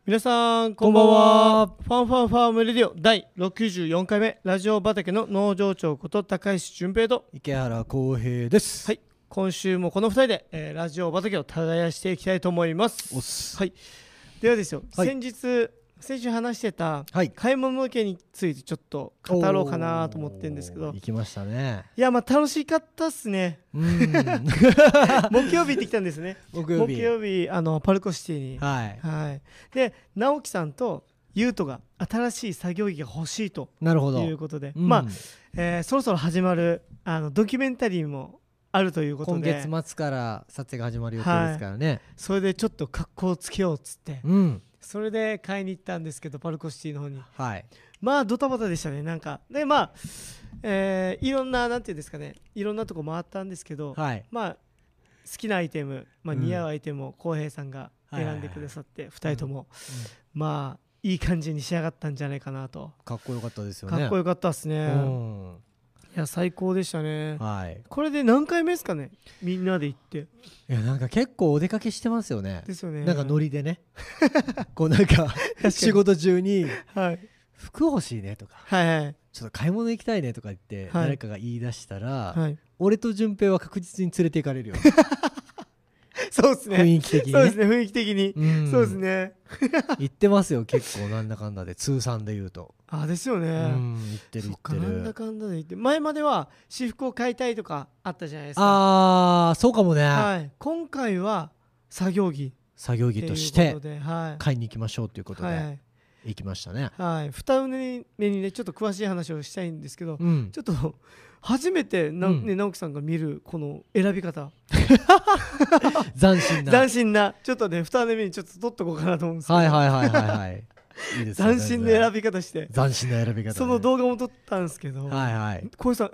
皆さんこんばんは。ファンファンファームレディオ第64回目ラジオ畑の農場長こと高石純平と池原康平です。 はい、今週もこの2人で、ラジオ畑を耕していきたいと思います。 おっす。 はい、ではですよ、 はい、 先週話してたはい買い物向けについてちょっと語ろうかなと思ってるんですけど、 行きましたね。 いやまあ楽しかったっすね。木曜日行ってきたんですね。木曜日パルコシティに、はい、で直樹さんと優斗が新しい作業着が欲しいということで、まあ、そろそろ始まるドキュメンタリーもあるということで、 今月末から撮影が始まる予定ですからね、 それでちょっと格好をつけようっつって、それで買いに行ったんですけど、パルコシティの方に、まあドタバタでしたね。なんかでまあ、いろんななんていうんですかね、いろんなとこ回ったんですけど、まあ好きなアイテム、似合うアイテムを浩平さんが選んでくださって、2人とも、まあいい感じに仕上がったんじゃないかなと。 かっこよかったですよね。 かっこよかったですね。いや最高でしたね。これで何回目ですかね、みんなで行って。 いやなんか結構お出かけしてますよね。 ですよね。 なんかノリでねこうなんか仕事中に服欲しいねとか、ちょっと買い物行きたいねとか言って誰かが言い出したら、俺と順平は確実に連れて行かれるよそうですね、 雰囲気的にね。 そうですね、雰囲気的に、そうですね行ってますよ結構、なんだかんだで通算で言うと。 ですよね。 行ってる行ってる。 なんだかんだで言って、前までは私服を買いたいとかあったじゃないですか。 そうかもね。 今回は作業着として買いに行きましょうということで行きましたね。 2目にねちょっと詳しい話をしたいんですけど、ちょっと初めて直樹さんが見るこの選び方斬新なちょっとね2目にちょっと取っとこうかなと思うんですけど、いいですね、斬新な選び方して、 斬新な選び方、 その動画も撮ったんですけど、小井さん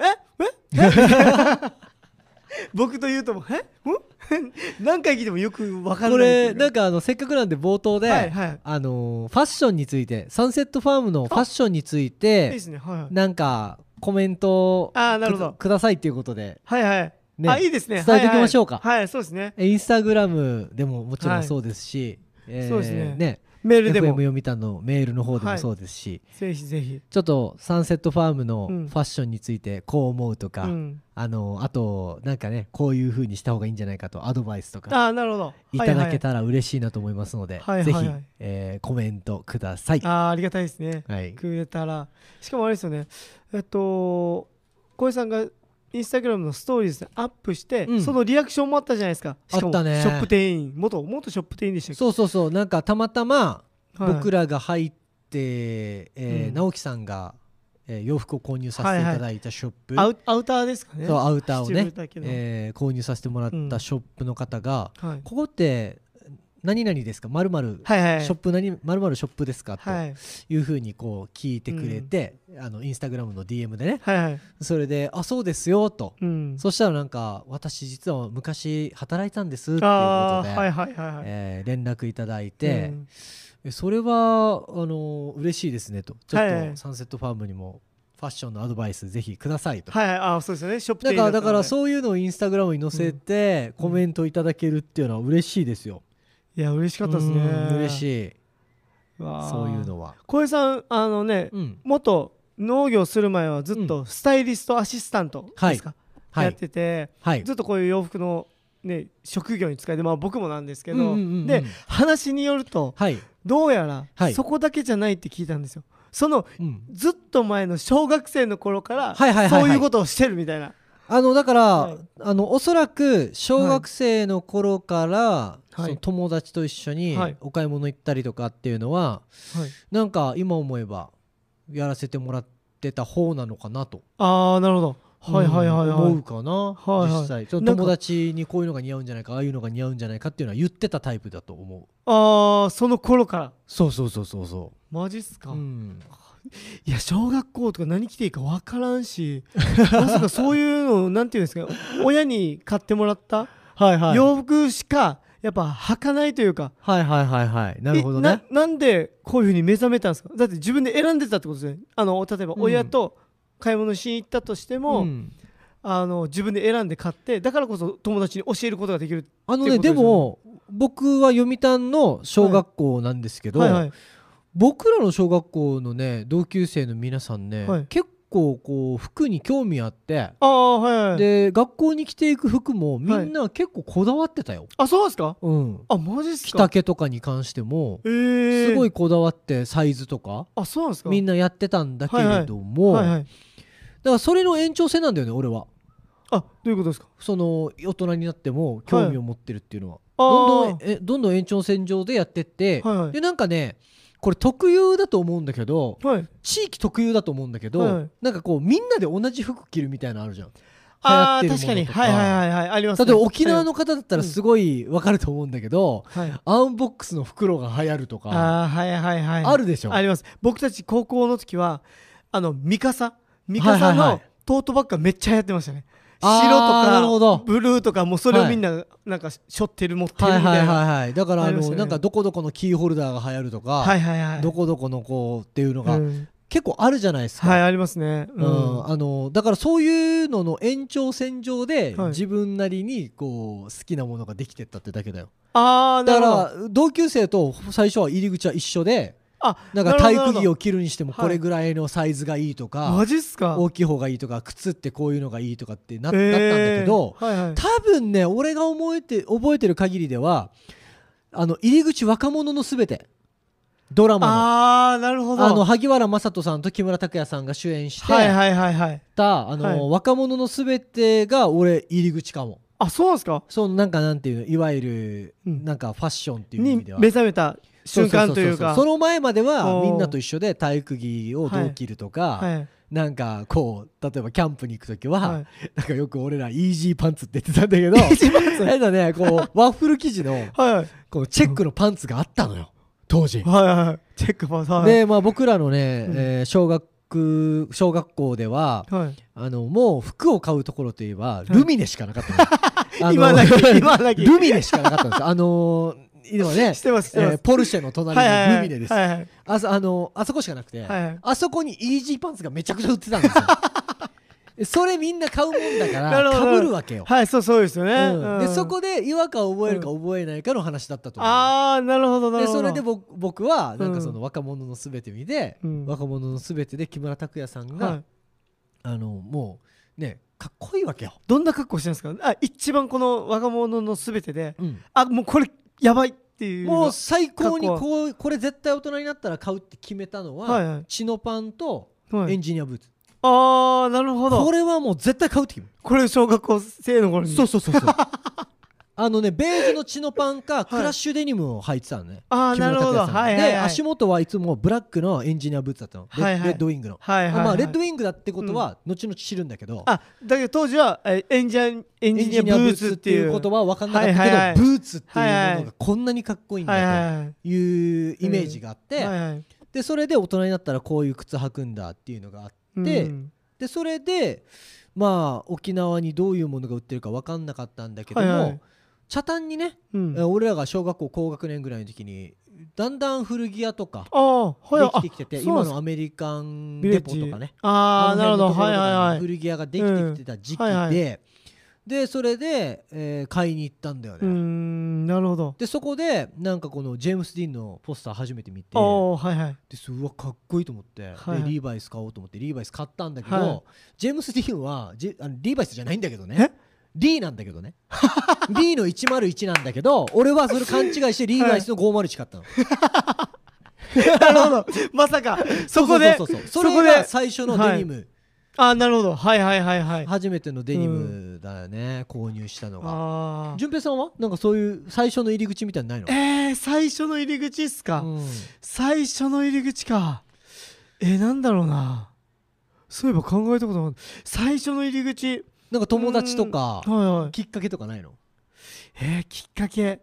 僕と言うとも何回聞いてもよく分からない。 これなんかせっかくなんで冒頭でファッションについて、サンセットファームのファッションについてなんかコメントをくださいっていうことで、 いいですね、 伝えておきましょうか。 そうですね、 インスタグラムでももちろんそうですし、 そうですね、メールでも FM 読みたのメールの方でもそうですし、 ぜひぜひちょっとサンセットファームのファッションについてこう思うとか、あとなんかねこういう風にした方がいいんじゃないかとアドバイスとかいただけたら嬉しいなと思いますので、ぜひコメントください。 ありがたいですね、くれたら。しかもあれですよね、小江さんがインスタグラムのストーリーズでアップして、そのリアクションもあったじゃないですか。しかもショップ店員、元ショップ店員でしたっけ。 そうなんかたまたま僕らが入って、直樹さんが洋服を購入させていただいたショップ、 アウターですかね。 そうアウターをね、購入させてもらったショップの方が、ここって何々ですか、〇〇ショップ、〇〇ショップですかというふうにこう聞いてくれて、インスタグラムの DM でね、それでそうですよと、そしたらなんか私実は昔働いたんですっていうことで連絡いただいて、それは嬉しいですねと、ちょっとサンセットファームにもファッションのアドバイスぜひくださいと。 そうですよね、ショップ店員だからそういうのをインスタグラムに載せてコメントいただけるっていうのは嬉しいですよ。 いや嬉しかったですね。 嬉しい、そういうのは。 小江さん元農業する前はずっとスタイリストアシスタントですか、やってて、ずっとこういう洋服の職業に使えて、僕もなんですけど、で話によるとどうやらそこだけじゃないって聞いたんですよ。そのずっと前の小学生の頃からそういうことをしてるみたいな。 だからおそらく小学生の頃からその友達と一緒にお買い物行ったりとかっていうのはなんか今思えばやらせてもらってた方なのかなと。 なるほど、 思うかな。実際友達にこういうのが似合うんじゃないか、ああいうのが似合うんじゃないかっていうのは言ってたタイプだと思う。その頃から。 そうマジっすか。いや小学校とか何着ていいか分からんしまさかそういうのなんていうんですか、親に買ってもらった洋服しかやっぱ履かないというか。 なるほどね。 なんでこういうふうに目覚めたんですか。だって自分で選んでたってことですね。例えば親と買い物しに行ったとしても、 自分で選んで買って、だからこそ友達に教えることができるっていうことね。でも僕は読谷の小学校なんですけど、はいはいはい、僕らの小学校のね同級生の皆さんね、はい、結構こう服に興味あって、はいはい、で学校に着ていく服もみんな結構こだわってたよ。 あ、そうですか。 うん。 あ、マジっすか。 着丈とかに関しても、すごいこだわってサイズとか、 あ、そうなんですか。 みんなやってたんだけれども、はいはいはいはい、だからそれの延長線なんだよね俺は。 あ、どういうことですか。 その大人になっても興味を持ってるっていうのは、はい、どんどん延長線上でやってって、はいはい、でなんかねこれ特有だと思うんだけど、はい、地域特有だと思うんだけど、はい、なんかこうみんなで同じ服着るみたいなのあるじゃん。 あー、確かに、はいはいはいはい、ありますね。 例えば沖縄の方だったらすごい分かると思うんだけど、はい、アウンボックスの袋が流行るとか、 あ、はいはいはい、 あるでしょ。 あります。僕たち高校の時はミカサのトートバッグがめっちゃ流行ってましたね。白とかブルーとか、もうそれをみんななんか背負ってる持ってるみたいな、はいはいはい、だからなんかどこどこのキーホルダーが流行るとか、はいはいはい、どこどこのこうっていうのが、結構あるじゃないですか。 はい、ありますね。 だからそういうのの延長線上で、自分なりにこう好きなものができてったってだけだよ。だから同級生と最初は入り口は一緒で、なんか体育着を着るにしてもこれぐらいのサイズがいいとか、 マジっすか。 大きい方がいいとか、靴ってこういうのがいいとかってなったんだけど、はいはい、多分ね俺が覚えてる限りでは入り口若者のすべてドラマの、 あー、なるほど、 萩原正人さんと木村拓哉さんが主演してた、 はいはいはいはい、 若者のすべてが俺入り口かも。 あ、そうなんですか。 そう、なんかなんていうの、いわゆるなんかファッションっていう意味では目覚めた瞬間というか、 その前まではみんなと一緒で体育着をどう着るとか、はいはい、なんかこう例えばキャンプに行く時は、はい、なんかよく俺らイージーパンツって言ってたんだけどね、こうワッフル生地の、はい、こうチェックのパンツがあったのよ当時。 はいはい、チェックパンツ、はい、 で、まあ、僕らのね、小学校では、はい、もう服を買うところといえばルミネしかなかったの今だけルミネしかなかったんです今ね、ポルシェの隣のルミネです。あそこしかなくて、はいはい、あそこにイージーパンツがめちゃくちゃ売ってたんですよそれみんな買うもんだからかぶるわけよ。 はい、そうですよね、 でそこで違和感を覚えるか覚えないかの話だったと思う。 ああ、なるほどなるほど。 でそれで僕はなんかその若者のすべて見て、若者のすべてで木村拓哉さんが、もうねかっこいいわけよ。 どんな格好してるんですか。一番この若者のすべてで、もうこれやばいっていう、 もう最高にこれ絶対大人になったら買うって決めたのは、はいはい、チノパンとエンジニアブーツ、 あー、なるほど。 これはもう絶対買うって決める。 これ小学校生の頃に。 そうベージュのチノパンかクラッシュデニムを履いてたのね、 ああ、なるほど。 で足元はいつもブラックのエンジニアブーツだったの、レッドウィングの、まあレッドウィングだってことは後々知るんだけど、 だけど当時はエンジニアブーツっていう言葉は分かんなかったけど、ブーツっていうものがこんなにかっこいいんだというイメージがあって、でそれで大人になったらこういう靴履くんだっていうのがあって、でそれでまあ沖縄にどういうものが売ってるか分かんなかったんだけども、北谷にね、俺らが小学校高学年ぐらいの時にだんだん古着屋とかできてきてて、今のアメリカンデポとかね、 なるほど、 古着屋ができてきてた時期で、でそれで買いに行ったんだよね。 なるほど。 でそこでなんかこのジェームス・ディーンのポスター初めて見て、ですうわかっこいいと思って、でリーバイス買おうと思ってリーバイス買ったんだけど、ジェームス・ディーンはリーバイスじゃないんだけどね、D なんだけどねD の101なんだけど、俺はそれ勘違いしてリーバイスの501買ったのなるほど、まさかそこでそれが最初のデニム、 なるほど、 初めてのデニムだよね、購入したのが。順平さんはなんかそういう最初の入り口みたいなのないの？ 最初の入り口っすか、最初の入り口か。なんだろうな、そういえば考えたことない。最初の入り口なんか友達とかきっかけとかないの？ きっかけ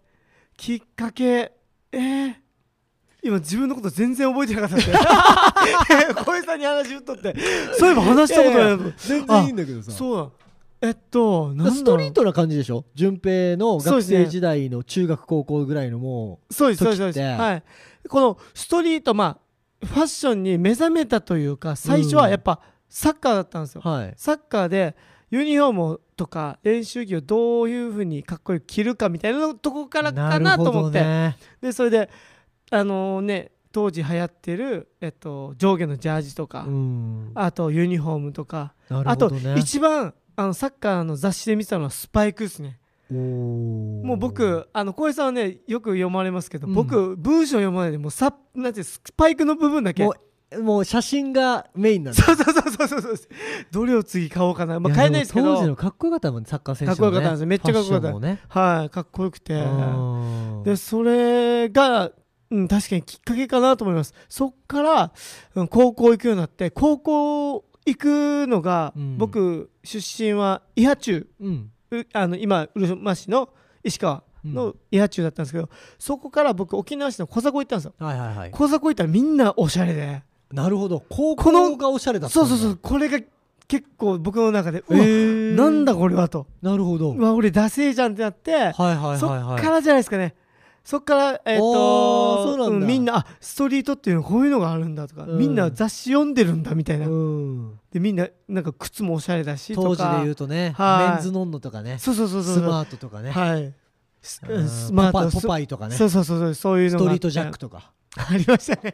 今自分のこと全然覚えてなかったって小江さんに話振っとって、そういえば話したことないの。 全然いいんだけどさ。 そうだ、 ストリートな感じでしょ、順平の学生時代の中学高校ぐらいのもうそうですはい、このストリート、ファッションに目覚めたというか、最初はやっぱサッカーだったんですよ、サッカーでユニフォームとか練習着をどういう風にかっこよく着るかみたいなとこからかなと思って、ね、でそれで当時流行ってる、上下のジャージとか、あとユニフォームとか、あと一番サッカーの雑誌で見てたのはスパイクですね。もう僕小江さんはねよく読まれますけど、僕文章読まないでもうなんてスパイクの部分だけもう写真がメインなんだ。 そうどれを次買おうかな、買えないですけど当時のかっこよかったもんね、サッカー選手かっこよかったんです。めっちゃかっこよかった、ね、はい、かっこよくて、でそれが確かにきっかけかなと思います。そっから、高校行くようになって、高校行くのが、僕出身は伊波中、今うるま市の石川の伊波中だったんですけど、そこから僕沖縄市の小迫行ったんですよ。小迫行ったらみんなおしゃれで。 なるほど、高校がおしゃれだったんだ。 そうこれが結構僕の中でなんだこれはと。 なるほど。 俺ダセーじゃんってなって、そっからじゃないですかね。そっからみんなストリートっていうのこういうのがあるんだとか、みんな雑誌読んでるんだみたいな、でみんななんか靴もおしゃれだしとか、 当時で言うとね、メンズノンノとかね、スマートとかね、 スマートポパイとかね、 そういうのがストリートジャックとかありましたね。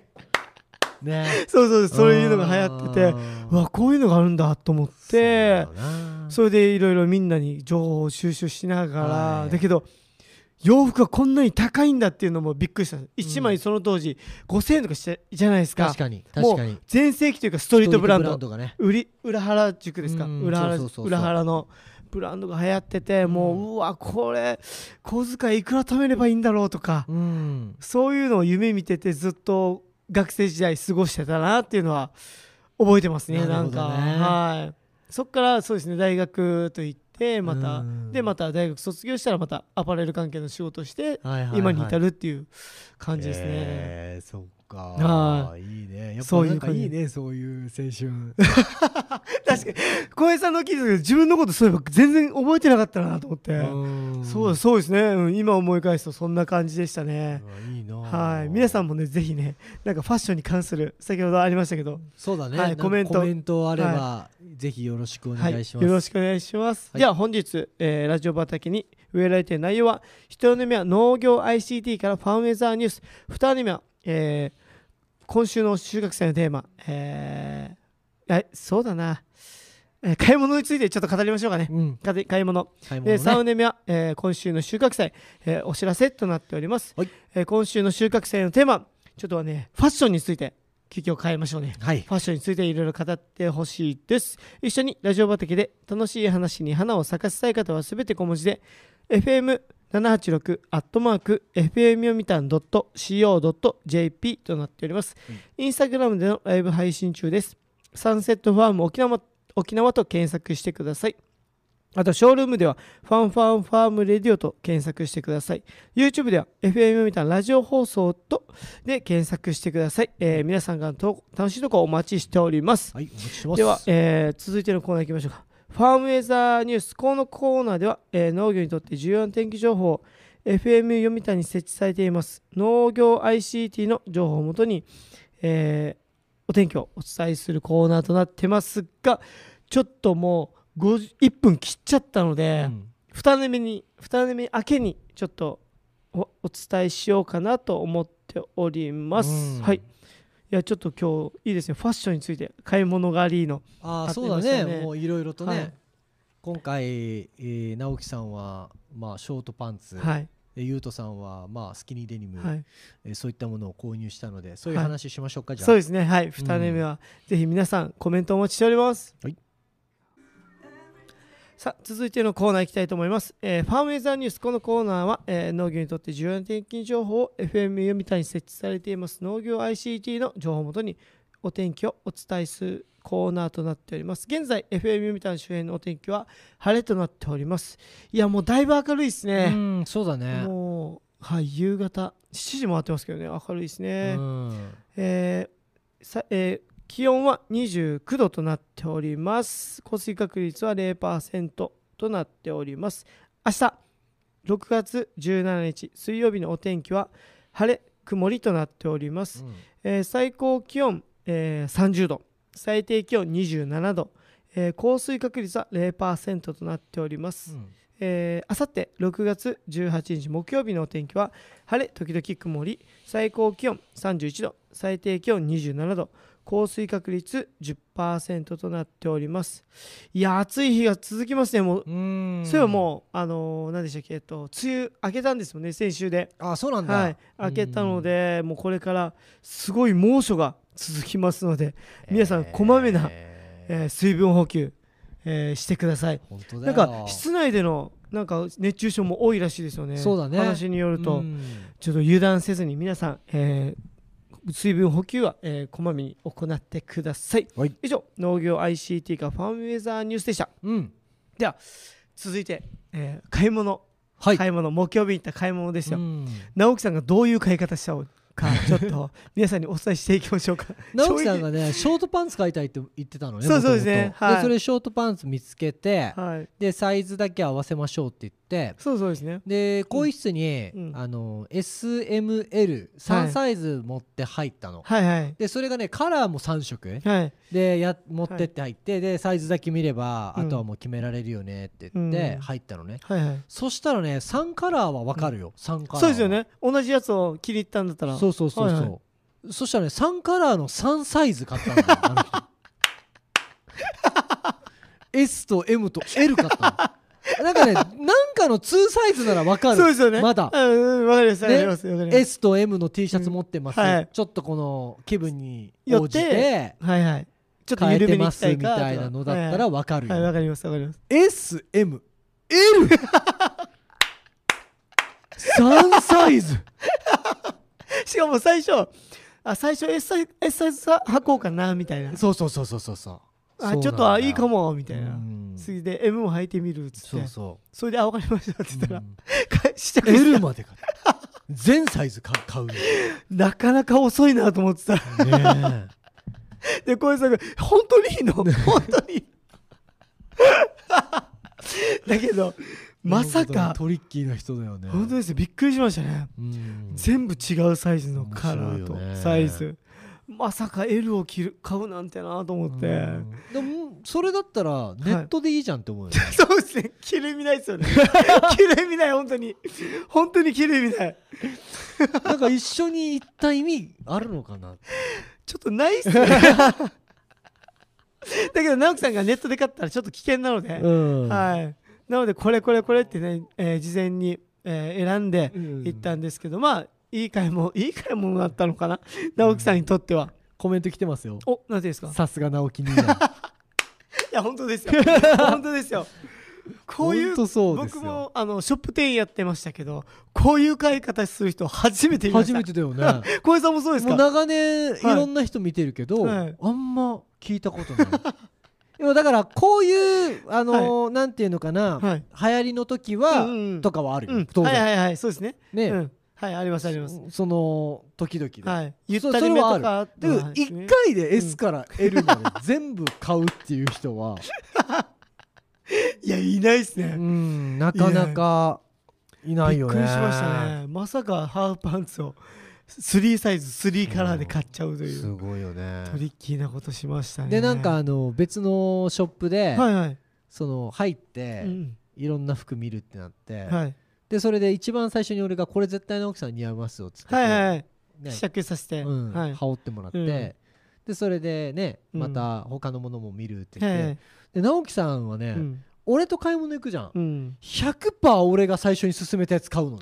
そういうのが流行ってて、こういうのがあるんだと思って、それでいろいろみんなに情報を収集しながら、だけど洋服がこんなに高いんだっていうのもびっくりした。1枚その当時5000円とかじゃないですか。 確かにもう全盛期というかストリートブランドがね、裏原宿ですか、裏原のブランドが流行ってて、もうこれ小遣いいくら貯めればいいんだろうとか、そういうのを夢見ててずっと学生時代過ごしてたなっていうのは覚えてますね。なんかそっからそうですね、大学といってまた大学卒業したらまたアパレル関係の仕事をして今に至るっていう感じですね。 そっか、いいね。やっぱなんかいいね、そういう青春。 確かに小江さんの聞いたけど自分のことそういえば全然覚えてなかったなと思って、そうですね、今思い返すとそんな感じでしたね。 いいな。 皆さんもねぜひね、なんかファッションに関する先ほどありましたけど、 そうだね、コメントあればぜひよろしくお願いします。 よろしくお願いします。では本日ラジオ畑に植えられている内容は、1人目は農業 ICT からファームウェザーニュース、2人目は今週の収穫祭のテーマ、そうだな、買い物についてちょっと語りましょうかね。買い物で、3人目は、今週の収穫祭、お知らせとなっております。今週の収穫祭のテーマ、ちょっとはねファッションについて急遽変えましょうね。ファッションについていろいろ語ってほしいです。一緒にラジオ畑で楽しい話に花を咲かせたい方はすべて小文字で FM786@fm 読谷 .co.jp となっております。インスタグラムでのライブ配信中です。サンセットファーム沖縄と検索してください。あとショールームではファンファームレディオと検索してください。 YouTube では FM みたいなラジオ放送とで検索してください。皆さんが楽しいところお待ちしております。 お待ちしてます。 では、続いてのコーナーいきましょうか。ファームウェザーニュース、このコーナーでは、農業にとって重要な天気情報を FM 読谷に設置されています農業 ICT の情報をもとに、お天気をお伝えするコーナーとなってますが、ちょっともう1分切っちゃったので、2年目明けにちょっと お伝えしようかなと思っております。いやちょっと今日いいですね、ファッションについて買い物狩りのそうだね、もういろいろとね、今回、直樹さんは、ショートパンツ、ゆうとさんは、スキニーデニム、そういったものを購入したので、そういう話しましょうか。じゃあそうですね、2年目はぜひ皆さんコメントお待ちしております。さあ続いてのコーナーいきたいと思います。ファームウェザーニュース、このコーナーは、農業にとって重要な天気情報を FM 読谷に設置されています農業 ICT の情報をもとにお天気をお伝えするコーナーとなっております。現在 FM 読谷周辺のお天気は晴れとなっております。いやもうだいぶ明るいですね。 そうだね、 もう夕方7時回ってますけどね、明るいですね。気温は29度となっております。降水確率は 0% となっております。明日6月17日水曜日のお天気は晴れ曇りとなっております。最高気温、30度、最低気温27度、 降水確率は 0% となっております。あさって6月18日木曜日のお天気は晴れ時々曇り、最高気温31度、最低気温27度、降水確率 10% となっております。いや、暑い日が続きますね。もうそれはもう何でしたっけ、梅雨明けたんですよね、先週で。 あ、そうなんだ。 はい、明けたので、もうこれからすごい猛暑が続きますので、皆さんこまめな、水分補給、してください。 本当だよ。 なんか室内でのなんか熱中症も多いらしいですよね。 そうだね。 話によると、ちょっと油断せずに皆さん、水分補給は、こまめに行ってください。以上、農業 ICT かファームウェザーニュースでした。では続いて、買い物、買い物、木曜日に行った買い物ですよ。直樹さんがどういう買い方したのか、ちょっと皆さんにお伝えしていきましょうか。 直樹さんがね、ショートパンツ買いたいって言ってたのね。 そうですね。 でそれショートパンツ見つけて、でサイズだけ合わせましょうって言って、 そうですね。 で更衣室にSML3 サイズ持って入ったの。でそれがね、カラーも3色で持ってって入って、でサイズだけ見ればあとはもう決められるよねって言って入ったのね。そしたらね、3カラーは分かるよ。3カラー。 そうですよね。同じやつを気に入ったんだったら。 そうそしたらね、3カラーの3サイズ買ったんだよ、あの人。S と M と L 買ったの。なんかね、なんかの2サイズなら分かる。 そうですよね。 まだ。 わかります、 S と M の T シャツ持ってます。ちょっとこの気分に応じてちょっと緩めにますみたいなのだったら分かるよ。 わかります。 S、M、L 3サイズ。 しかも最初 S サイズ履こうかなみたいな。 そう。 ちょっといいかもみたいな。それで M も履いてみるっつって。それで分かりましたって言ったら試着した。 L まで買う。全サイズ買う。 なかなか遅いなと思ってた。で小江さんが本当にいいの？本当に。だけどまさかトリッキーな人だよね。 本当ですよ、びっくりしましたね。全部違うサイズのカラーとサイズ、まさか L を買うなんてなと思って。 でもそれだったらネットでいいじゃんって思うよね。 そうですね、着る意味ないですよね。着る意味ない、本当に着る意味ない。 なんか一緒に行った意味あるのかな。 ちょっとないっすね。だけど直樹さんがネットで買ったらちょっと危険なので、なのでこれってね、事前に、選んで行ったんですけど、まあいい買い物だったのかな、直樹さんにとっては。 コメント来てますよ。 お、なんてですか。 さすが直樹兄さん。いや本当ですよ。本当ですよ。こういう、僕もショップ店員やってましたけど、こういう買い方する人初めて見ました。 初めてだよね。 小江さんもそうですか。 もう長年いろんな人見てるけど、あんま聞いたことない。でもだからこういうなんていうのかな、流行りの時はとかはあるよ。 そうですね。あります。 その時々で。 ゆったりめとか。 でも1回で S から L まで全部買うっていう人は。 いや、いないですね。 なかなかいないよね。 びっくりしましたね。まさかハーフパンツを3サイズ3カラーで買っちゃうという、 すごいよね。 トリッキーなことしましたね。 でなんか別のショップでその入っていろんな服見るってなって、でそれで一番最初に俺がこれ絶対直樹さん似合いますよっつって試着させて羽織ってもらって、でそれでねまた他のものも見るって言って、で直樹さんはね、俺と買い物行くじゃん、100% 俺が最初に勧めたやつ買うのね。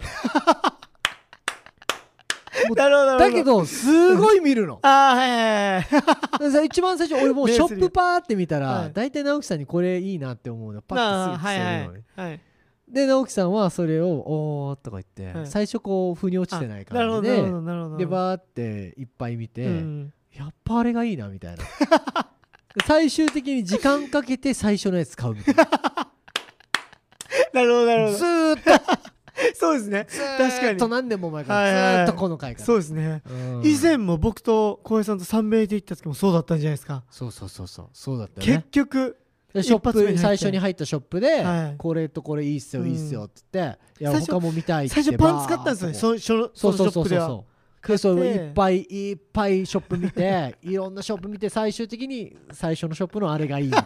だけどすごい見るの。一番最初俺もうショップパーって見たら大体直樹さんにこれいいなって思うのパッとすぐ捨てるのね。で直樹さんはそれをおーとか言って最初こう腑に落ちてない感じでバーっていっぱい見て、やっぱあれがいいなみたいな。最終的に時間かけて最初のやつ買うみたいな。 なるほど。 ずーっとそうですね。確かに。 と何年も前からずっとこの回から。 そうですね。以前も僕と小江さんと3名で行った時もそうだったんじゃないですか。 そうだったね。 結局ショップ最初に入ったショップでこれとこれいいっすよいいっすよって言って、いや他も見たいって最初パンツ買ったんですよね。そのショップでは。 でそういっぱいショップ見ていろんなショップ見て最終的に最初のショップのあれがいいみたいな。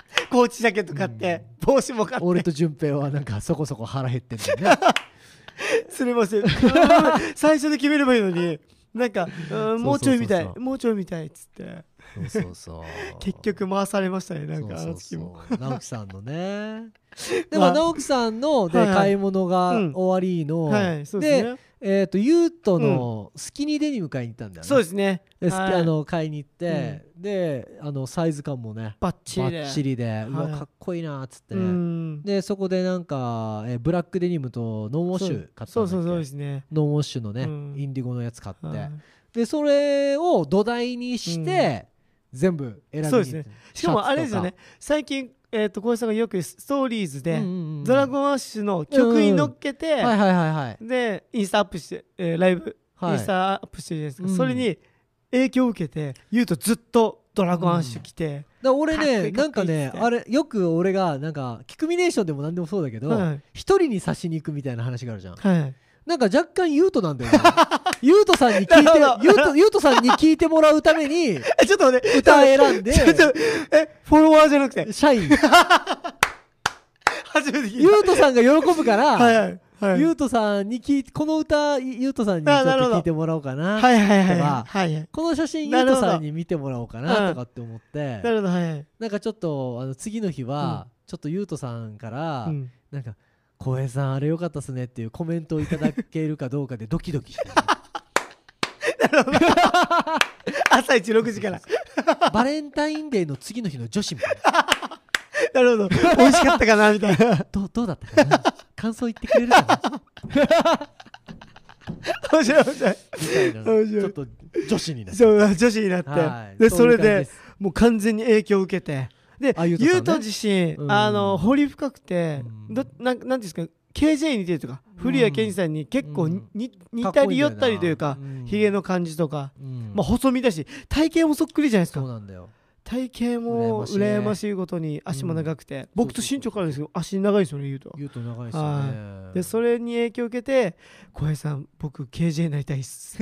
コーチジャケット買って、帽子も買って、 俺と順平はなんかそこそこ腹減ってんだよねすみません最初で決めればいいのになんかもうちょいみたいもうちょいみたいっつって結局回されましたねなんかあの時も直樹さんのねでも直樹さんので買い物が終わりのでユートのスキニーデニム買いに行ったんだよね。 そうですね。 買いに行って、でサイズ感もねバッチリでうわかっこいいなっつってね。でそこでなんかブラックデニムとノーモッシュ買ったんだっけ。 そうですね。 ノーモッシュのねインディゴのやつ買って、でそれを土台にして全部選びに行って。そうですね。 しかもあれですよね。最近小林さんがよくストーリーズでドラゴンアッシュの曲に乗っけてでインスタアップしてライブインスタアップしてるじゃないですか。それに影響を受けて言うとずっとドラゴンアッシュ来て俺ねなんかねあれよく俺がなんかキクミネーションでも何でもそうだけど一人に差しに行くみたいな話があるじゃん。なんか若干ユートなんだよねユートさんに聞いてユートさんに聞いてもらうためにちょっとね歌選んでフォロワーじゃなくて社員初めて聞いたユートさんが喜ぶからユートさんにこの歌ユートさんにちょっと聞いてもらおうかなとかこの写真ユートさんに見てもらおうかなとかって思ってなんかちょっと次の日はちょっとユートさんからなんか小江さんあれ良かったっすねっていうコメントをいただけるかどうかでドキドキしてるなるほど朝一6時からバレンタインデーの次の日の女子みたいななるほど美味しかったかなみたいなどうだったかな感想言ってくれるかな面白いみたいなちょっと女子になって女子になってでそれでもう完全に影響を受けてでユート自身掘り深くてなんていうんですか KJ に似てるとか古谷健二さんに結構似たり寄ったりというかひげの感じとかまあ細身だし体型もそっくりじゃないですか。 そうなんだよ体型も羨ましいことに足も長くて僕と身長からですけど足長いですよねユート長いですよね。 でそれに影響を受けて小林さん僕 KJ になりたいっす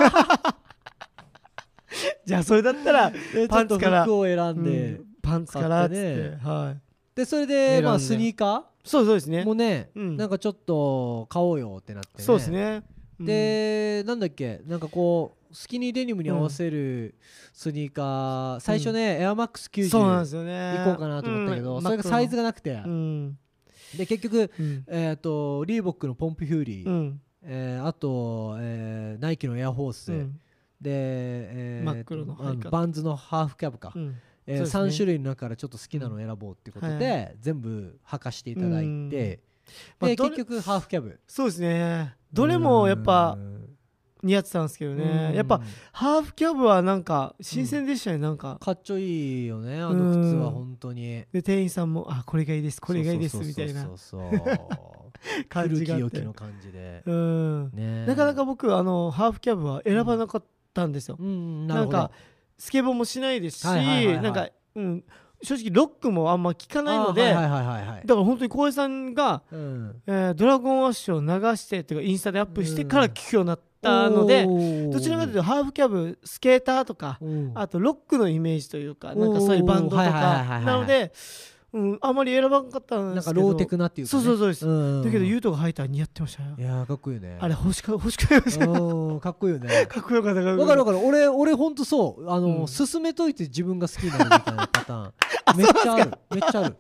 じゃあそれだったらパンツから服を選んでパンツからっつってでそれでまあスニーカーそうですねもうねなんかちょっと買おうよってなってね。 そうですねでなんだっけなんかこうスキニーデニムに合わせるスニーカー最初ねエアマックス90行こうかなと思ったけどそれがサイズがなくてで結局リーボックのポンプフューリーあとナイキのエアフォースでバンズのハーフキャブか3種類の中からちょっと好きなのを選ぼうっていうことで全部履かしていただいてで結局ハーフキャブそうですねどれもやっぱ似合ってたんですけどねやっぱハーフキャブはなんか新鮮でしたねなんかかっちょいいよね靴は本当にで店員さんもあこれがいいですこれがいいですみたいな感じがあって古き良きの感じでなかなか僕ハーフキャブは選ばなかったんですよなんかスケボーもしないですしなんか正直ロックもあんま聞かないのでだから本当に浩平さんがドラゴンアッシュを流してっていうかインスタでアップしてから聞くようになったのでどちらかというとハーフキャブスケーターとかあとロックのイメージというかなんかそういうバンドとかなのであんまり選ばなかったんですけどなんかローテクなっていうかそうですだけどユートが履いたら似合ってましたよ。 いやかっこいいよねあれ欲しくなりましたかっこいいよねかっこよかった分かる俺ほんとそう勧めといて自分が好きになるみたいなパターンめっちゃあるめっちゃある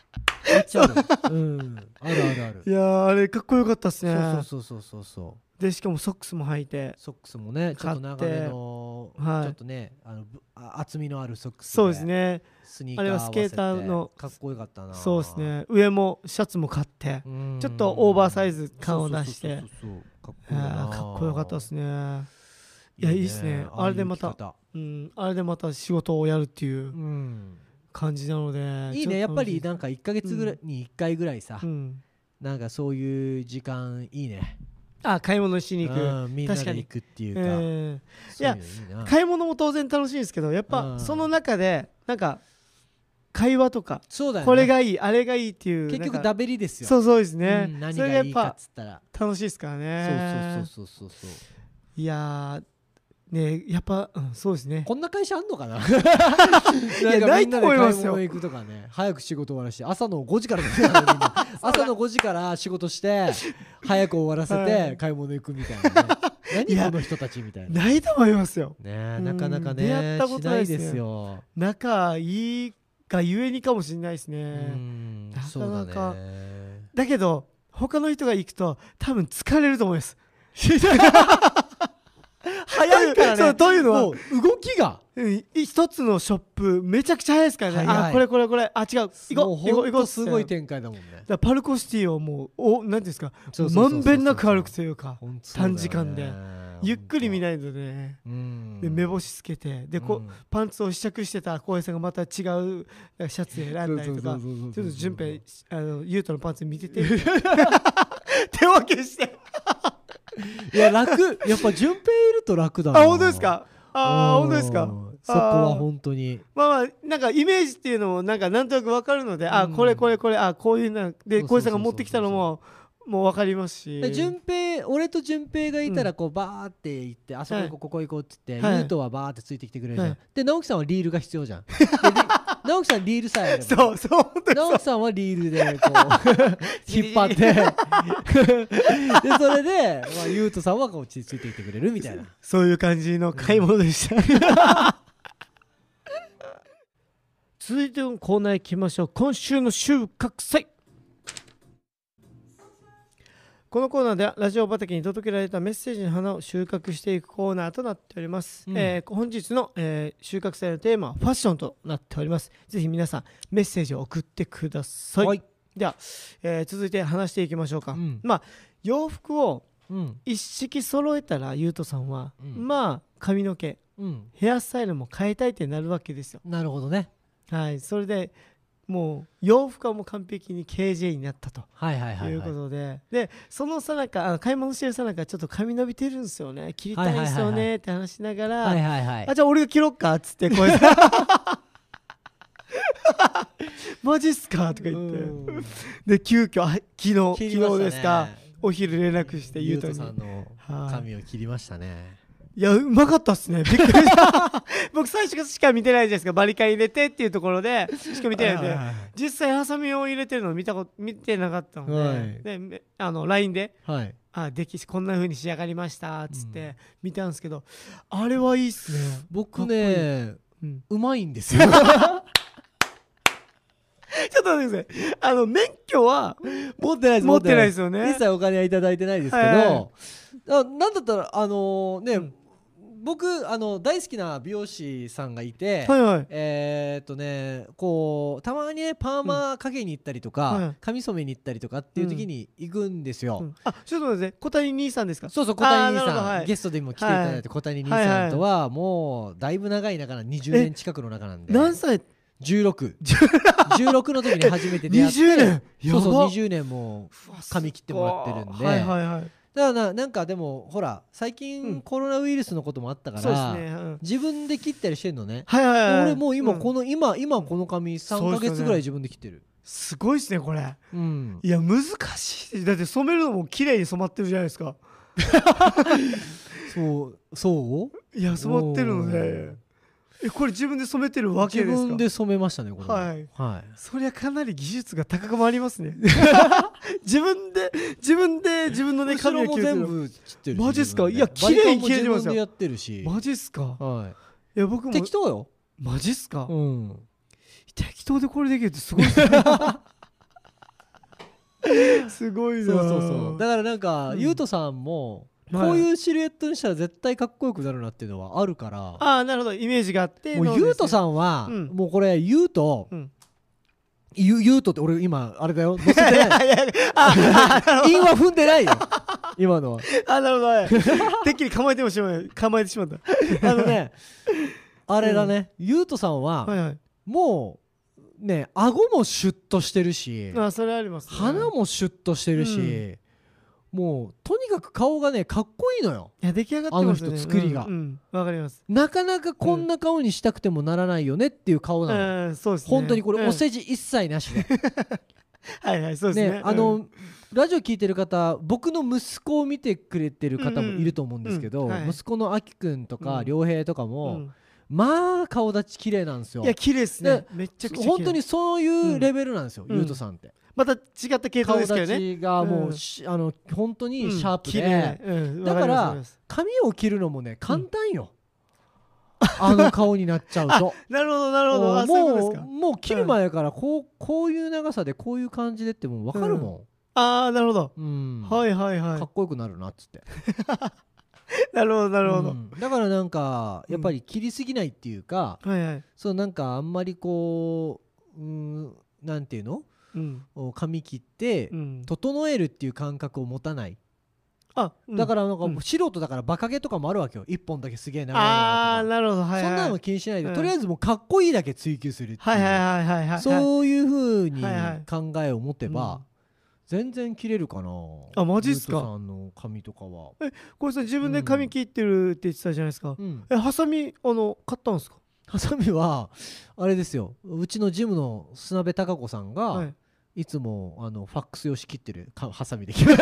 あるいやあれかっこよかったっすねそうでしかもソックスも履いてソックスもねちょっと長めのちょっとね厚みのあるソックスでそうですねスニーカー合わせてあれはスケーターのかっこよかったなそうですね上もシャツも買ってちょっとオーバーサイズ感を出してかっこよかったですねいやいいですねあれでまた仕事をやるっていう感じなのでいいねやっぱりなんか1ヶ月ぐらいに1回ぐらいさなんかそういう時間いいね買い物しに行くみんなで行くっていうかいや買い物も当然楽しいんですけどやっぱその中でなんか会話とかこれがいいあれがいいっていう結局ダベリですよそうですね何がいいかっつったら楽しいですからねそういやね、やっぱ、そうですね。 こんな会社あんのかな。いや、ないと思いますよ。 行くとかね、早く仕事終わらして、朝の5時からですよ、みんな。朝の5時から仕事して早く終わらせて買い物行くみたいなね。何この人たちみたいな。 ないと思いますよ。 ね、なかなかね、出会ったことないですよ。 仲いいがゆえにかもしれないですね。なかなか。だけど他の人が行くと多分疲れると思います。早いからね。というのは動きが一つのショップめちゃくちゃ早いですからね。あ、これ違う、行こう。 すごい展開だもんね。 パルコシティをもうなんていうんですか、まんべんなく歩くというか、短時間でゆっくり見ないとね。で目星つけて、でパンツを試着してた浩平さんがまた違うシャツ選んだりとか、ちょっと順平優斗のパンツ見てて手分けして。 いや、楽。やっぱ順平いると楽だな。 あ、本当ですか。本当ですか。 そこは本当に。 まあなんかイメージっていうのもなんとなく分かるので、これこういうので浩平さんが持ってきたのも分かりますし。 俺と順平がいたらこうバーって行って、あそこ行こうここ行こうって言って、優斗はバーってついてきてくれるじゃん。で直樹さんはリールが必要じゃん。直樹さんリールさえあれば、 そう直樹さんはリールでこう引っ張ってでそれで優斗さんはこうついてきてくれるみたいな、 そういう感じの買い物でした続いてのコーナー行きましょう。今週の収穫祭。このコーナーではラジオ畑に届けられたメッセージの花を収穫していくコーナーとなっております。本日の、収穫祭のテーマはファッションとなっております。ぜひ皆さんメッセージを送ってください。はい、では、続いて話していきましょうか。まあ洋服を一式揃えたら優斗さんは、まあ髪の毛、ヘアスタイルも変えたいってなるわけですよ。 なるほどね。 はい、それでもう洋服はもう完璧に KJ になったということで、でそのさなか買い物してるさなかちょっと髪伸びてるんですよね、切りたいんですよねって話しながら、あ、じゃあ俺が切ろっかっつってこれマジっすかとか言ってで急遽昨日ですか、お昼連絡して優斗さんの髪を切りましたね。 いや、うまかったっすね。びっくりした僕最初しか見てないじゃないですか。バリカン入れてっていうところでしか見てないんで、実際ハサミを入れてるのを見てなかったので、でLINE で、こんな風に仕上がりましたっつって見たんですけど、あれはいいっすね。 僕ね、うまいんですよ。ちょっと待ってください。免許は持ってないですよね。 一切お金はいただいてないですけど、なんだったら僕大好きな美容師さんがいて、こうたまにねパーマかけに行ったりとか、髪染めに行ったりとかっていう時に行くんですよ。 あ、ちょっと待って、小谷兄さんですか。 そうそう、小谷兄さん、ゲストでも来ていただいて、小谷兄さんとはもうだいぶ長い仲な、20年近くの仲なんで。 何歳 ？16の時に初めて出会って 20年そうそう20年も髪切ってもらってるんで、だからなんかでもほら最近コロナウイルスのこともあったから自分で切ったりしてんのね。俺もう今この髪3ヶ月ぐらい自分で切ってる。 すごいっすねこれ。いや難しい。だって染めるのも綺麗に染まってるじゃないですか。 そういや染まってるので、これ自分で染めてるわけですか。 自分で染めましたねこれ。 はい。そりゃかなり技術が高くもありますね。自分で自分のね髪を切る。全部切ってる。 マジっすか。いや綺麗に切れてますよ。 やってるし。 マジっすか。 はい。 いや僕も適当よ。 マジっすか。 うん。 適当でこれできるってすごい。すごいな。 そうだからなんか優斗さんも。こういうシルエットにしたら絶対かっこよくなるなっていうのはあるから。 ああなるほど、イメージがあって。 もう優斗さんはもうこれ優斗って俺今あれだよ載せてない。韻は踏んでないよ今のは。 あ、なるほど。てっきり構えてしまった。 あれだね、優斗さんはもうね顎もシュッとしてるし、 それあります。 鼻もシュッとしてるし、もうとにかく顔がねかっこいいのよ。 いや出来上がってますね、 あの人作りが。 わかります。 なかなかこんな顔にしたくてもならないよねっていう顔なの。 そうですね。 本当にこれお世辞一切なしで。 はいはい、そうですね。 ラジオ聞いてる方、僕の息子を見てくれてる方もいると思うんですけど、息子のあきくんとか良平とかも、まあ顔立ち綺麗なんですよ。 いや綺麗ですね。めっちゃくちゃ綺麗。 本当にそういうレベルなんですよ、ゆうとさんって。 また違った系統ですけどね。 顔立ちがもう本当にシャープで、だから髪を切るのもね簡単よ。あの顔になっちゃうと。 なるほどなるほど。 もう切る前からこういう長さでこういう感じでってもう分かるもん。 ああなるほど。はいはいはい。 かっこよくなるなっつって。 なるほどなるほど。 だからなんかやっぱり切りすぎないっていうか、そうなんかあんまりこうなんていうの、髪切って整えるっていう感覚を持たない。だからなんか素人だからバカ毛とかもあるわけよ。一本だけすげえ長いのとか。ああなるほど。そんなの気にしないで、とりあえずもうかっこいいだけ追求するっていう、そういう風に考えを持てば全然切れるかな。 あ、マジっすか。 さんの髪とかは。 これさ自分で髪切ってるって言ってたじゃないですか。ハサミ買ったんですか。 ハサミはあれですよ。うちのジムの砂部貴子さんがいつもファックス用紙切ってるハサミで切る。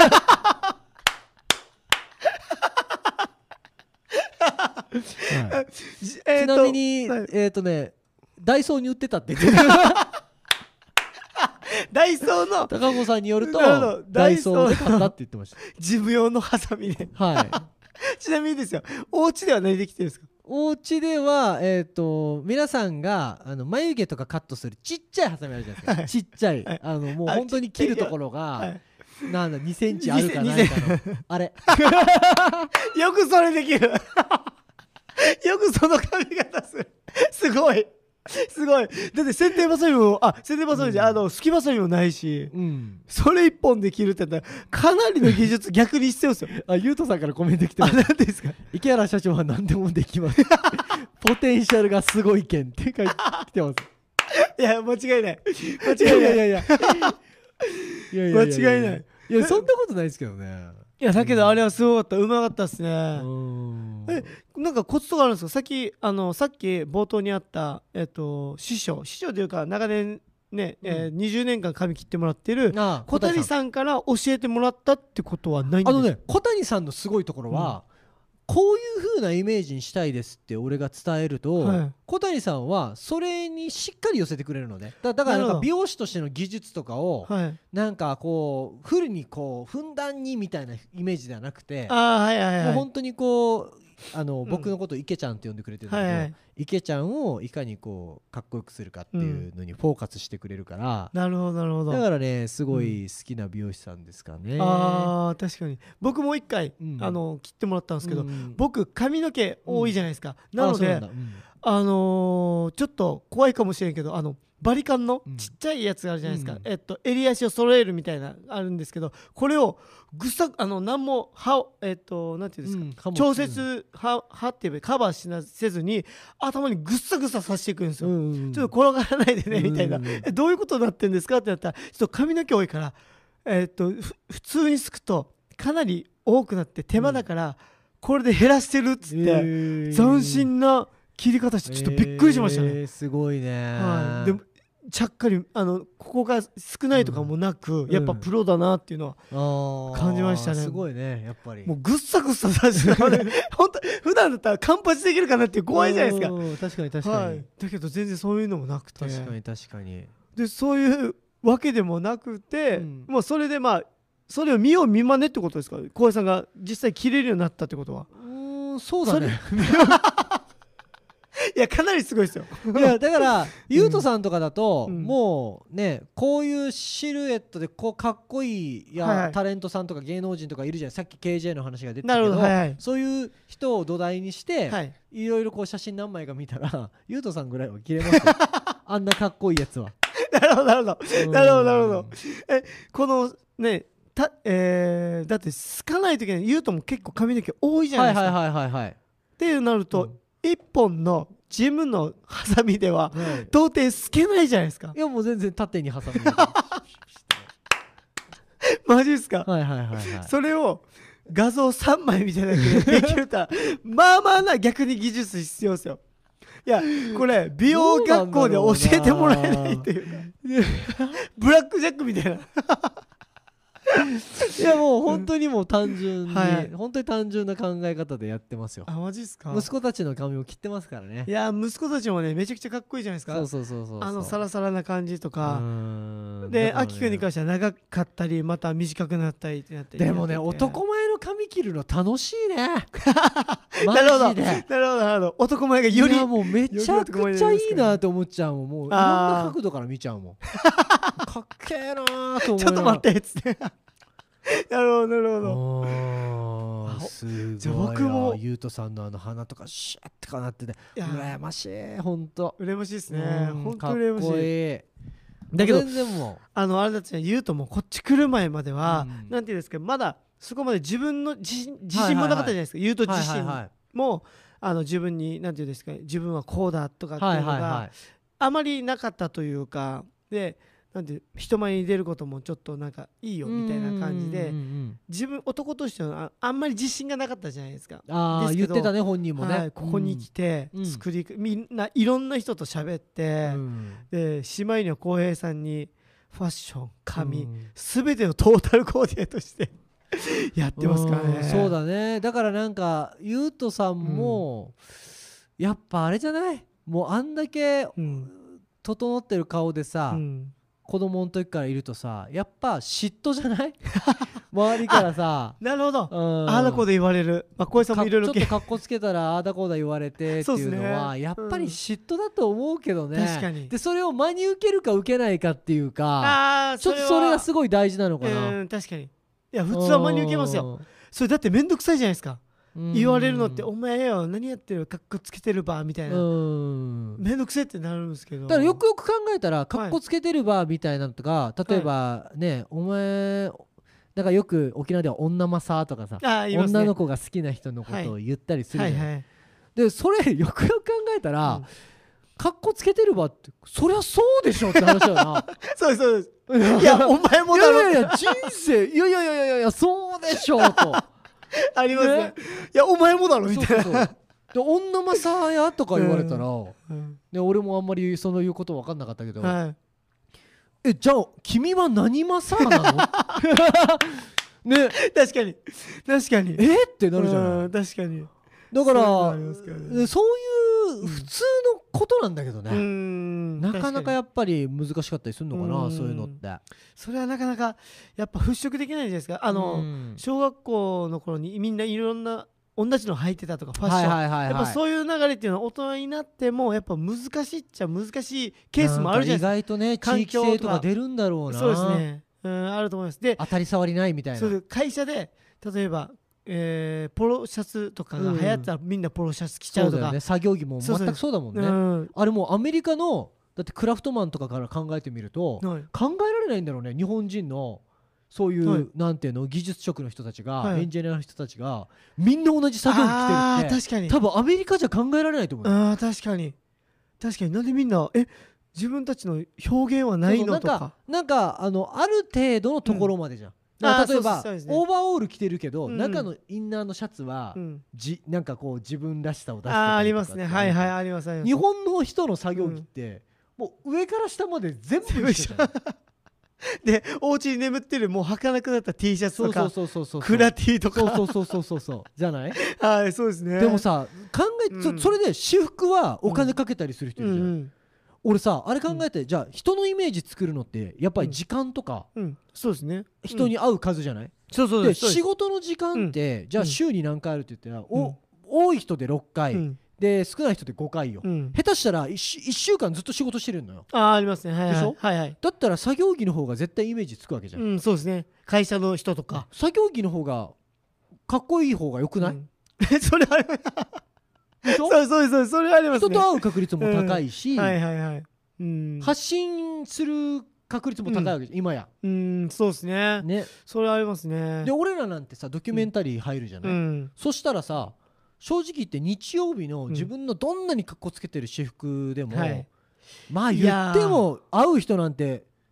ちなみにダイソーに売ってたって言ってた。 ダイソーの高子さんによるとダイソーで買ったって言ってました。 ジム用のハサミね。ちなみにですよ、お家では何できてるんですか。 お家では皆さんが眉毛とかカットするちっちゃいハサミあるじゃないですか。ちっちゃいもう本当に切るところがなんだ2センチあるかないかのあれ。 よくそれできる。よくその髪型する。すごいすごい。だって剪定バサミも剪定バサミじゃすきバサミもないし、それ一本で切るって言ったらかなりの技術逆に必要ですよ。 ゆうとさんからコメント来てます。 何ですか。 池原社長は何でもできます。ポテンシャルがすごいけんって書いてきてます。 いや間違いない間違いない。 いや間違いない。 いやそんなことないですけどね。 いやだけどあれはすごかった、うまかったっすね。なんかコツとかあるんですか。さっき冒頭にあった師匠というか長年ね20年間髪切ってもらってる小谷さんから教えてもらったってことはないんですか。 小谷さんのすごいところはこういう風なイメージにしたいですって俺が伝えると、小谷さんはそれにしっかり寄せてくれるのね。だからなんか美容師としての技術とかをなんかこうフルにこうふんだんにみたいなイメージではなくて、もう本当にこう僕のことを池ちゃんって呼んでくれてるんだけど、池ちゃんをいかにこうかっこよくするかっていうのにフォーカスしてくれるから、 なるほどなるほど。 だからねすごい好きな美容師さんですかね。 確かに僕も一回切ってもらったんですけど、僕髪の毛多いじゃないですか。なのでちょっと怖いかもしれんけどバリカンのちっちゃいやつがあるじゃないですか。襟足を揃えるみたいなあるんですけど、これをぐさ何もなんていうんですか、調節歯って言えばカバーせずに頭にぐっさぐささしていくんですよ。ちょっと転がらないでねみたいな。どういうことになってんですかってなったら、ちょっと髪の毛多いから普通にすくとかなり多くなって手間だからこれで減らしてるっつって斬新な切り方してちょっとびっくりしましたね。 すごいね。 でもちゃっかりここが少ないとかもなく、やっぱプロだなっていうのは感じましたね。 すごいねやっぱり。 もうぐっさぐっささしてたね。本当普段だったらカンパチできるかなっていう怖いじゃないですか。 確かに確かに。 だけど全然そういうのもなくて。 確かに確かに。 でそういうわけでもなくて、もうそれでそれを見よう見まねってことですか。小林さんが実際切れるようになったってことは。 そうだね。 いやかなりすごいですよ。 いやだからゆうとさんとかだともうねこういうシルエットでこうかっこいいタレントさんとか芸能人とかいるじゃん。さっき KJ の話が出てたけど、そういう人を土台にしていろいろこう写真何枚か見たらゆうとさんぐらいは切れますよ。あんなかっこいいやつは。 なるほどなるほどなるほどなるほど。このねだってすかないといけない。ゆうとも結構髪の毛多いじゃないですか。ってなると一本のジムのハサミでは到底透けないじゃないですか。 いやもう全然縦に挟む。 マジですか。それを画像3枚みたいなのでできるたらまあまあな逆に技術必要ですよ。 いやこれ美容学校で教えてもらえないっていうブラックジャックみたいな。 いやもう本当にもう単純に、本当に単純な考え方でやってますよ。 あ、マジっすか。 息子たちの髪を切ってますからね。 いや息子たちもねめちゃくちゃかっこいいじゃないですか。そうサラサラな感じとかで、あきくんに関しては長かったりまた短くなったりってなって。 でもね男前の髪切るの楽しいね。 なるほどなるほど。男前がより、いやもうめちゃくちゃいいなって思っちゃうもん。もういろんな角度から見ちゃうもん。かっけえなーと思う。 ちょっと待ってっつってなるほどなるほど。すごい。僕もゆうとさんの鼻とかシュッてかなってて羨ましい。ほんと羨ましいですね。ほんと羨ましい。 かっこいい。 だけどあれだってゆうともこっち来る前まではなんていうんですか、まだそこまで自分の自信もなかったじゃないですか。ゆうと自身も自分になんていうんですか、自分はこうだとかっていうのがあまりなかったというかで、なんて人前に出ることもちょっとなんかいいよみたいな感じで、自分男としてはあんまり自信がなかったじゃないですか。 言ってたね本人もね。 ここに来てみんないろんな人と喋って、でしまいには浩平さんにファッション髪全てのトータルコーディネートしてやってますからね。 そうだね。だからなんかゆうとさんもやっぱあれじゃない、もうあんだけ整ってる顔でさ、子供の時からいるとさ、やっぱ嫉妬じゃない周りからさ。 なるほど。ああだこうだ言われる。小江さんもいろいろちょっとかっこつけたらああだこうだ言われてっていうのはやっぱり嫉妬だと思うけどね。 確かに。 でそれを真に受けるか受けないかっていうか、ちょっとそれがすごい大事なのかな。 確かに。いや普通は真に受けますよ。それだってめんどくさいじゃないですか。言われるのって、お前よ何やってるかっこつけてるばみたいな、めんどくせえってなるんですけど、 だからよくよく考えたらかっこつけてるばみたいなのとか、例えばね、お前だからよく沖縄では女マサとかさ、女の子が好きな人のことを言ったりするじゃない。でそれよくよく考えたら、かっこつけてるばってそりゃそうでしょって話だよな。 そうですそうです。いやお前もだろ。 いや人生いやそうでしょと。 ありますね。いやお前もだろみたいな。 で女マサやとか言われたら、で俺もあんまりそういうこと分かんなかったけど、じゃあ君は何マサなのね。 確かにってなるじゃない。 確かに。 だからそういう普通のことなんだけどね、なかなかやっぱり難しかったりするのかな、そういうのって。 それはなかなかやっぱ払拭できないじゃないですか。小学校の頃にみんないろんな同じの履いてたとかファッション、やっぱそういう流れっていうのは大人になってもやっぱ難しいっちゃ難しいケースもあるじゃないですか。 意外とね地域性とか出るんだろうな。 そうですね、あると思います。で当たり障りないみたいな。 会社で例えばポロシャツとかが流行ったらみんなポロシャツ着ちゃうとか、 作業着も全くそうだもんね。あれもうアメリカのだってクラフトマンとかから考えてみると、考えられないんだろうね、日本人のそういうなんていうの技術職の人たちが、エンジニアの人たちがみんな同じ作業着着てるって、確かに多分アメリカじゃ考えられないと思う。 確かになんでみんな自分たちの表現はないのとか、 なんかある程度のところまでじゃん。例えばオーバーオール着てるけど中のインナーのシャツはなんかこう自分らしさを出してありますね。はいあります。 日本の人の作業着ってもう上から下まで全部一緒じゃん。 でお家に眠ってるもう履かなくなった T シャツとかクラ T とかそうじゃない。 はいそうですね。 でもさそれで私服はお金かけたりする人いるじゃん。俺さあれ考えて、じゃあ人のイメージ作るのってやっぱり時間とか、 そうですね、 人に会う数じゃない。で仕事の時間って、じゃあ週に何回あるって言ったら、多い人で6回、で少ない人で5回よ。下手したら1週間ずっと仕事してるのよ。 ありますね。 でしょ。だったら作業着の方が絶対イメージつくわけじゃん。 そうですね。会社の人とか作業着の方がかっこいい方がよくない？ それあれそうそれありますね。 人と会う確率も高いし、発信する確率も高いわけじゃん、今や。 そうですね。それありますね。 で俺らなんてさドキュメンタリー入るじゃない。そしたらさ正直言って日曜日の自分のどんなにかっこつけてる私服でも、まあ言っても会う人なんて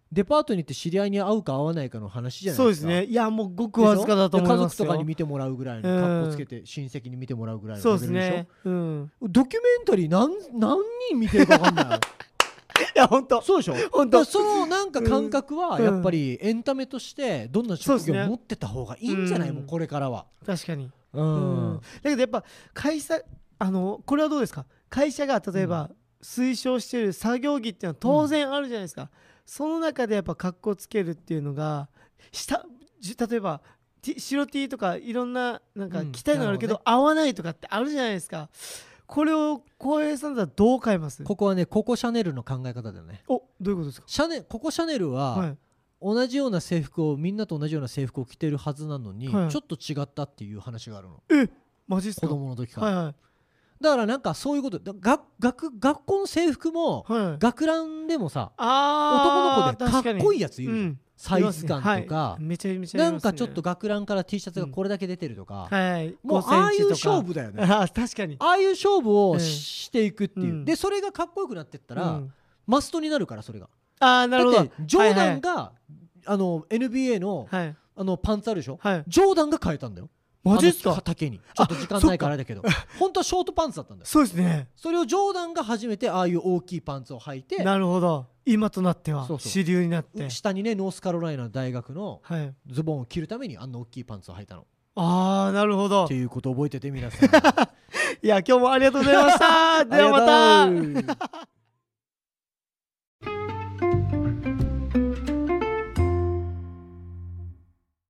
デパートに行って知り合いに会うか会わないかの話じゃないですか。 そうですね。いやもうごくわずかだと思いますよ。 家族とかに見てもらうぐらいの、格好つけて親戚に見てもらうぐらいのレベルでしょ。そうですね。ドキュメンタリー何人見てるか分かんない。 いや本当そうでしょ。本当。そのなんか感覚はやっぱりエンタメとしてどんな職業を持ってた方がいいんじゃない、もうこれからは。 確かに。だけどやっぱ会社これはどうですか。会社が例えば推奨している作業着っていうのは当然あるじゃないですか。その中でやっぱ格好つけるっていうのが例えば白 T とかいろんななんか着たいのがあるけど合わないとかってあるじゃないですか。これを浩平さんだったらどう変えます？ ここはね、ココシャネルの考え方だよね。 お、どういうことですか？ ココシャネルは、同じような制服をみんなと同じような制服を着てるはずなのに、ちょっと違ったっていう話があるの。 マジっすか？ 子供の時から。だからなんかそういうこと、学校の制服も、学ランでもさ、男の子でかっこいいやついるじゃん。サイズ感とか、なんかちょっと学ランから T シャツがこれだけ出てるとか、もうああいう勝負だよね。 確かに。 ああいう勝負をしていくっていう。でそれがかっこよくなってったらマストになるから、それが。 なるほど。 だってジョーダンがNBA のパンツあるでしょ。ジョーダンが変えたんだよ。 マジっすか？ 丈にちょっと時間ないからだけど本当はショートパンツだったんだよ。 そうですね。 それをジョーダンが初めてああいう大きいパンツを履いて、 なるほど、今となっては主流になって、 下にねノースカロライナ大学のズボンを着るためにあんな大きいパンツを履いたの。 なるほど。 っていうことを覚えてて皆さん。 いや今日もありがとうございました。ではまた。